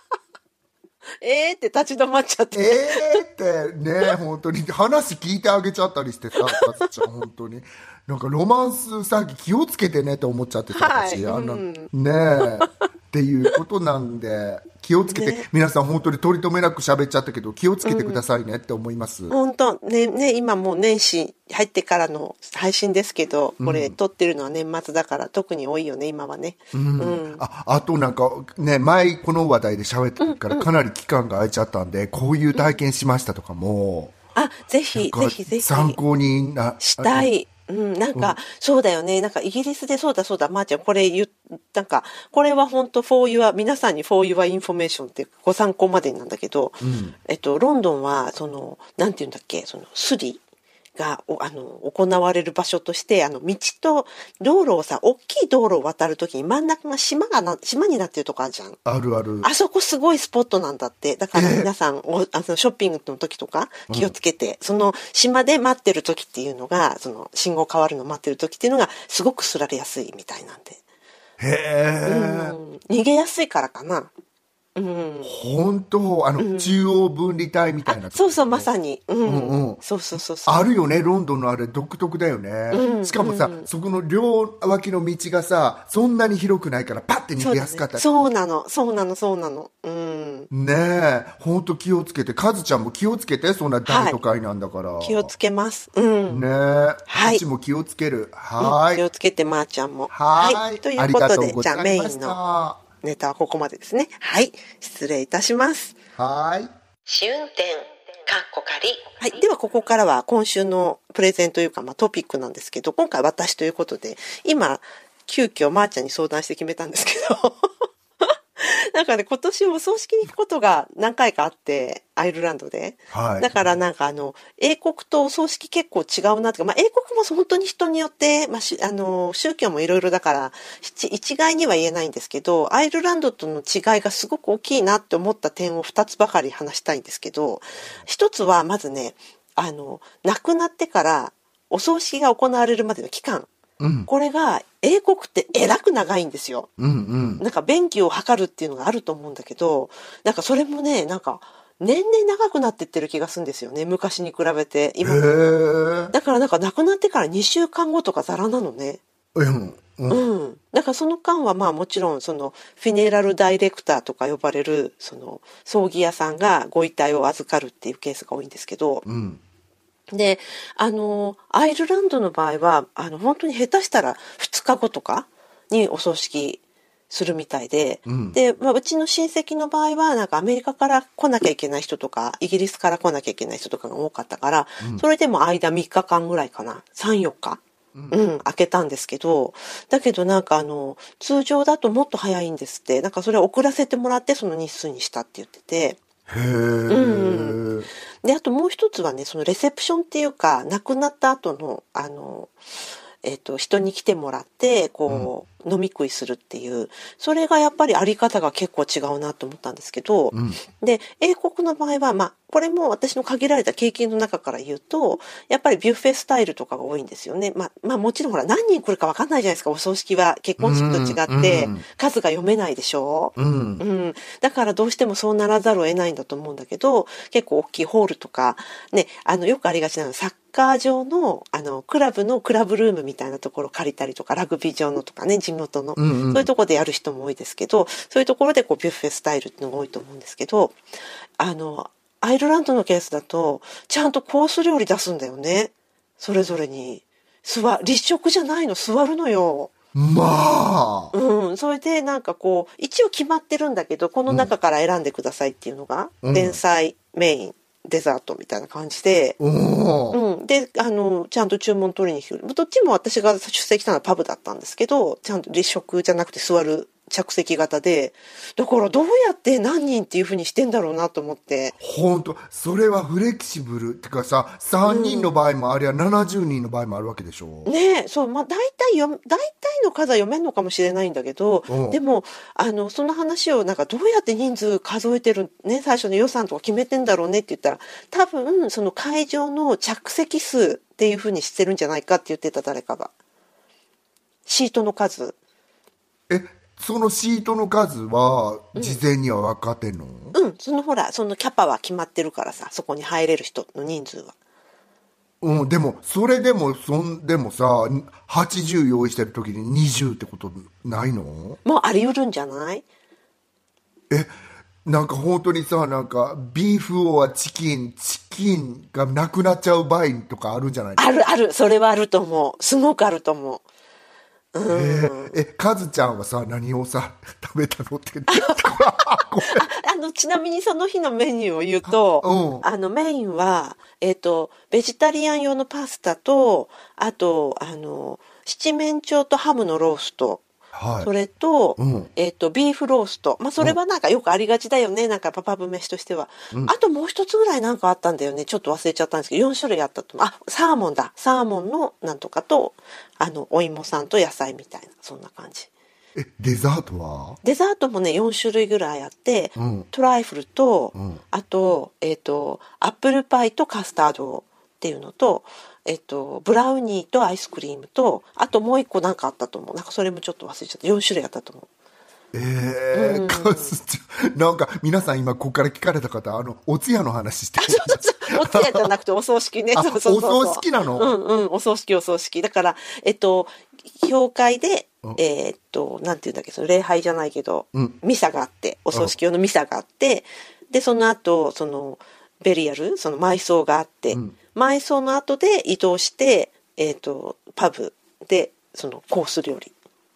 Speaker 2: って立ち止まっちゃって。
Speaker 1: ってね、本当に話聞いてあげちゃったりしてさ、カズちゃん本当に。なんかロマンス詐欺気をつけてねって思っちゃってさ、私。ねっていうことなんで、気をつけて、皆さん本当に取り留めなく喋っちゃったけど、気をつけてくださいねって思います。
Speaker 2: 本当ね、今もう年始入ってからの配信ですけど、これ撮ってるのは年末だから特に多いよね、今はね。
Speaker 1: あとなんかね、前この話題で喋ってるからかなり期間が空いちゃったんで、こういう体験しましたとかも、
Speaker 2: ぜひぜひ
Speaker 1: 参考に
Speaker 2: したい。なんか、そうだよね。なんか、イギリスでそうだ、まーちゃん、これなんか、これは本当皆さんに for your information ってご参考までなんだけど、ロンドンは、なんていうんだっけ、スリが、行われる場所として、道と道路をさ、大きい道路を渡るときに真ん中が島になってるとこあるじゃん。
Speaker 1: あるある。
Speaker 2: あそこすごいスポットなんだって。だから皆さん、ショッピングの時とか気をつけて、その島で待ってる時っていうのが、信号変わるの待ってる時っていうのがすごくすられやすいみたいなんで。逃げやすいからかな。
Speaker 1: 本当中央分離帯みたいな、
Speaker 2: そうまさに、そう
Speaker 1: あるよね、ロンドンのあれ独特だよね、しかもさ、そこの両脇の道がさそんなに広くないからパッて逃げやすかったり、
Speaker 2: そうなの
Speaker 1: ねえ、本当気をつけて、カズちゃんも気をつけて、そんな大都会なんだから、
Speaker 2: 気をつけます。
Speaker 1: ねえ、私も気をつける。
Speaker 2: 気をつけて、まーちゃんも。ということで、じゃあメインのネタはここまでですね。はい。失礼いたします。試運転、はい。では、ここからは今週のプレゼンというか、トピックなんですけど、今回私ということで、今、急遽まーちゃんに相談して決めたんですけど、なんかね、今年お葬式に行くことが何回かあって、アイルランドで。だからなんか英国とお葬式結構違うなっていうか、英国も本当に人によって、宗教もいろいろだから、一概には言えないんですけど、アイルランドとの違いがすごく大きいなって思った点を2つばかり話したいんですけど、1つはまずね、亡くなってからお葬式が行われるまでの期間、これが英国ってえらく長いんですよ。なんか便宜を図るっていうのがあると思うんだけど、なんかそれもね、なんか年々長くなってってる気がするんですよね、昔に比べて。今だからなんか亡くなってから2週間後とかザラなのね。だからその間はもちろんフィネラルダイレクターとか呼ばれる葬儀屋さんがご遺体を預かるっていうケースが多いんですけど、で、アイルランドの場合は、本当に下手したら2日後とかにお葬式するみたいで、で、うちの親戚の場合は、なんかアメリカから来なきゃいけない人とか、イギリスから来なきゃいけない人とかが多かったから、それでも間3日間ぐらいかな、3、4日。開けたんですけど、だけどなんか通常だともっと早いんですって、なんかそれを遅らせてもらってその日数にしたって言ってて、で、あともう一つはね、レセプションっていうか、亡くなった後の、 人に来てもらって、こう、飲み食いするっていう、それがやっぱりあり方が結構違うなと思ったんですけど、で、英国の場合は、まあ、これも私の限られた経験の中から言うと、やっぱりビュッフェスタイルとかが多いんですよね。まあもちろんほら、何人来るか分かんないじゃないですか、お葬式は。結婚式と違って、数が読めないでしょ。だからどうしてもそうならざるを得ないんだと思うんだけど、結構大きいホールとか、ね、よくありがちなのは、サッカー場の、クラブのクラブルームみたいなところを借りたりとか、ラグビー場のとかね、地元の、そういうところでやる人も多いですけど、そういうところでこう、ビュッフェスタイルっていうのが多いと思うんですけど、アイルランドのケースだと、ちゃんとコース料理出すんだよね。それぞれに。立食じゃないの、座るのよ。
Speaker 1: ま
Speaker 2: あ。それでなんかこう、一応決まってるんだけど、この中から選んでくださいっていうのが、前菜、メイン、デザートみたいな感じで、で、ちゃんと注文取りに来る。どっちも私が出席したのはパブだったんですけど、ちゃんと立食じゃなくて座る着席型で、だからどうやって何人っていう風にしてんだろうなと思って。
Speaker 1: 本当それはフレキシブルってかさ、3人の場合もありゃ70人の場合もあるわけでしょ。
Speaker 2: ねえ、そう、まあ大体の数は読めるのかもしれないんだけど、でも、その話をなんかどうやって人数数えてるね、最初の予算とか決めてんだろうねって言ったら、多分その会場の着席数っていう風にしてるんじゃないかって言ってた、誰かが。シートの数。
Speaker 1: そのシートの数は事前には分かってんの？
Speaker 2: そのキャパは決まってるからさ、そこに入れる人の人数は。
Speaker 1: でもさ、80用意してる時に20ってことないの？
Speaker 2: もうあり得るんじゃない？
Speaker 1: なんか本当にさ、なんかビーフオアチキンがなくなっちゃう場合とかあるんじゃない？
Speaker 2: ある、それはあると思う。すごくあると思う。
Speaker 1: カズちゃんはさ、何をさ食べたのって
Speaker 2: ちなみにその日のメニューを言うと、メインはベジタリアン用のパスタと、あと七面鳥とハムのロースト、それと、ビーフロースト。まあ、それはなんかよくありがちだよね。なんかパブ飯としては。あともう一つぐらいなんかあったんだよね。ちょっと忘れちゃったんですけど、4種類あったと思う。サーモンだ。サーモンのなんとかと、お芋さんと野菜みたいな、そんな感じ。
Speaker 1: デザートは？
Speaker 2: デザートもね、4種類ぐらいあって、トライフルと、あと、アップルパイとカスタードっていうのと、ブラウニーとアイスクリームと、あともう一個なんかあったと思う。なんかそれもちょっと忘れちゃった。4種類あったと思う。
Speaker 1: なんか皆さん今ここから聞かれた方、お通夜の話してる。
Speaker 2: お通夜じゃなくてお葬式ね。
Speaker 1: お葬式なの？
Speaker 2: お葬式。だから、教会で、なんていうんだっけ、その礼拝じゃないけど、ミサがあって、お葬式用のミサがあって、で、その後、ベリアル、その埋葬があって、埋葬の後で移動して、パブで、そのコース料理。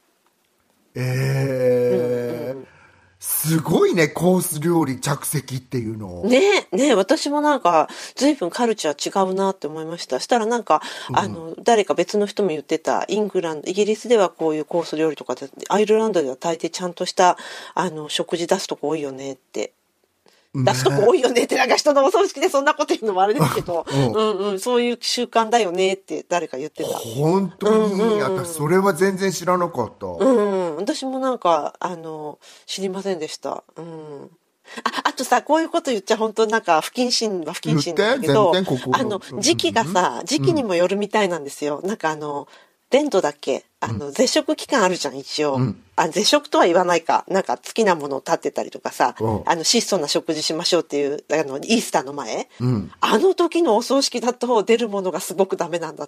Speaker 1: すごいね、コース料理着席っていうの。
Speaker 2: ねえ、私もなんか、随分カルチャー違うなって思いました。したらなんか、誰か別の人も言ってた、イギリスではこういうコース料理とかで、アイルランドでは大抵ちゃんとした、食事出すとこ多いよねって。出すとこ多いよねって、なんか人のお葬式でそんなこと言うのもあれですけど、そういう習慣だよねって誰か言ってた。
Speaker 1: 本当に、私それは全然知らなかった。
Speaker 2: 私もなんか、知りませんでした。あとさ、こういうこと言っちゃ本当なんか不謹慎なんだけど、時期にもよるみたいなんですよ。なんかレントだっけ絶食期間あるじゃん、一応。絶食とは言わないか。なんか好きなものを立ってたりとかさ、質素な食事しましょうっていう、イースターの前、あの時のお葬式だと出るものがすごくダメなんだって。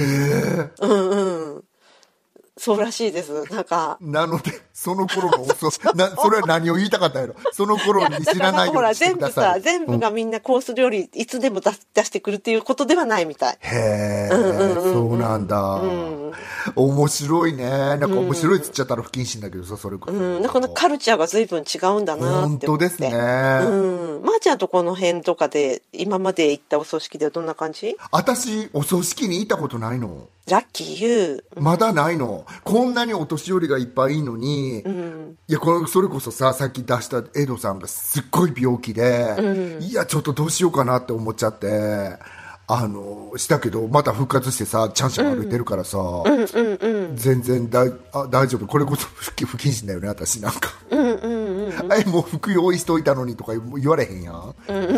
Speaker 2: そうらしいです。なんか。
Speaker 1: なので、その頃のそれは何を言いたかったやろ。そその頃に知らないようにしてください。
Speaker 2: ほら、全部がみんなコース料理、いつでも出してくるっていうことではないみたい。
Speaker 1: へー、そうなんだ。面白いね。なんか面白いっつっちゃったら不謹慎だけどさ、それこそ。
Speaker 2: なんかカルチャーが随分違うんだなって思って。
Speaker 1: 本当ですね。ま
Speaker 2: ーちゃんとこの辺とかで、今まで行ったお葬式ではどんな感じ？
Speaker 1: 私、お葬式に行ったことないの。
Speaker 2: ラッキーユー。
Speaker 1: まだないの。こんなにお年寄りがいっぱいいるのに、いや、それこそさっき出したエドさんがすっごい病気で、いや、ちょっとどうしようかなって思っちゃって、 したけどまた復活してさチャンシャン歩いてるからさ、全然大丈夫。これこそ不謹慎だよね私なんか、もう服用意しといたのにとか言われへんやん、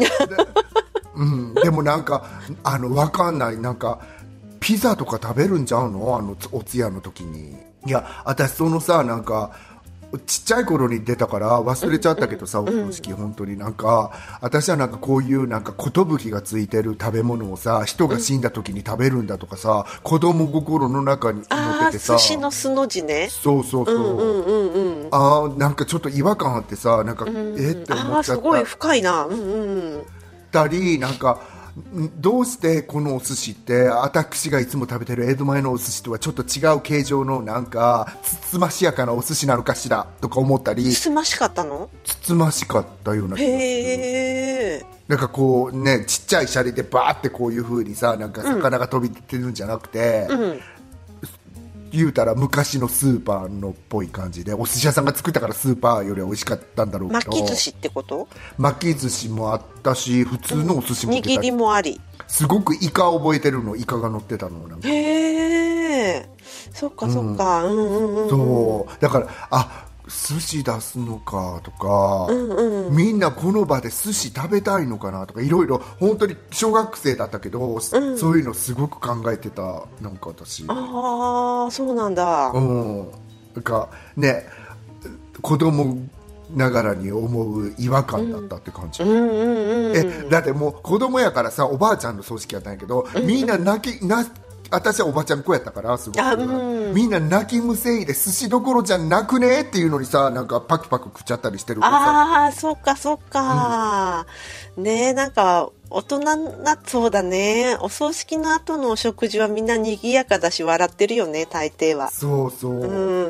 Speaker 1: でもなんかわかんない、なんかピザとか食べるんちゃうのお通夜の時に。いや私そのさなんかちっちゃい頃に出たから忘れちゃったけどさ、お葬式本当になんか私はなんかこういうなんか寿がついてる食べ物をさ人が死んだ時に食べるんだとかさ、子供心の中に思っててさ、
Speaker 2: 寿司の素の字ね。
Speaker 1: そうそうそう、なんかちょっと違和感あってさなんかって思っちゃった。
Speaker 2: すごい深いな。
Speaker 1: たりなんかどうしてこのお寿司って私がいつも食べてる江戸前のお寿司とはちょっと違う形状のなんかつつましやかなお寿司なのかしらとか思ったり。
Speaker 2: つつましかったの？
Speaker 1: つつましかったような気がする。
Speaker 2: へー。
Speaker 1: なんかこうねちっちゃいシャリでバーってこういう風にさなんか魚が飛び出てるんじゃなくて、言うたら昔のスーパーのっぽい感じでお寿司屋さんが作ったからスーパーよりは美味しかったんだろうけど。
Speaker 2: 巻き寿司ってこと？
Speaker 1: 巻き寿司もあったし普通のお寿司も出たり、
Speaker 2: 握りもあり。
Speaker 1: すごくイカ覚えてるの。イカが乗ってたのなんか。
Speaker 2: へえ、そっかそっか。
Speaker 1: そうだから寿司出すのかとか、みんなこの場で寿司食べたいのかなとかいろいろ本当に小学生だったけど、そういうのすごく考えてた。なんか私
Speaker 2: そうなんだ。
Speaker 1: なんかね子供ながらに思う違和感だったって感じ。だってもう子供やからさおばあちゃんの葬式やったんやけど、みんな私はおばちゃん子やったからすごく、みんな泣きむせいで寿司どころじゃなくねっていうのにさなんかパクパク食っちゃったりしてるからさ。
Speaker 2: そっかそっか、ねえなんか大人なそうだね。お葬式の後のお食事はみんな賑やかだし笑ってるよね大抵は。
Speaker 1: そうそう、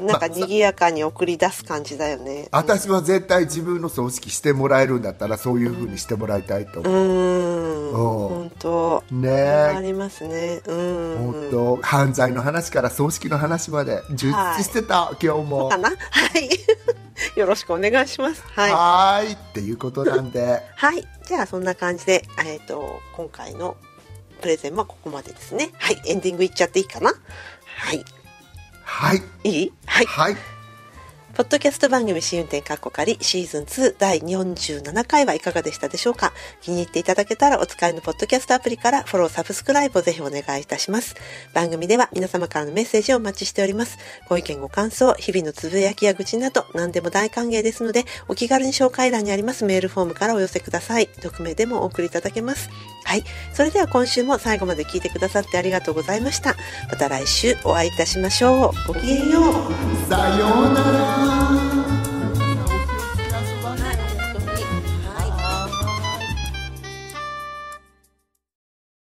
Speaker 2: なんか賑やかに送り出す感じだよね。
Speaker 1: 私は絶対自分の葬式してもらえるんだったらそういう風にしてもらいたいと思う。
Speaker 2: 本当
Speaker 1: ね
Speaker 2: ありますね。
Speaker 1: 本当犯罪の話から葬式の話まで充実してた、今日も
Speaker 2: かな。はいよろしくお願いします。
Speaker 1: はいっていうことなんで
Speaker 2: はい、じゃあそんな感じで、今回のプレゼンはここまでですね。はい、エンディングいっちゃっていいかな。いい？はい。ポッドキャスト番組試運転カッコ仮シーズン2第47回はいかがでしたでしょうか。気に入っていただけたらお使いのポッドキャストアプリからフォローサブスクライブをぜひお願いいたします。番組では皆様からのメッセージをお待ちしております。ご意見ご感想、日々のつぶやきや愚痴など何でも大歓迎ですので、お気軽に紹介欄にありますメールフォームからお寄せください。匿名でもお送りいただけます。はい、それでは今週も最後まで聞いてくださってありがとうございました。また来週お会いいたしましょう。ごきげんよう。
Speaker 1: さようなら。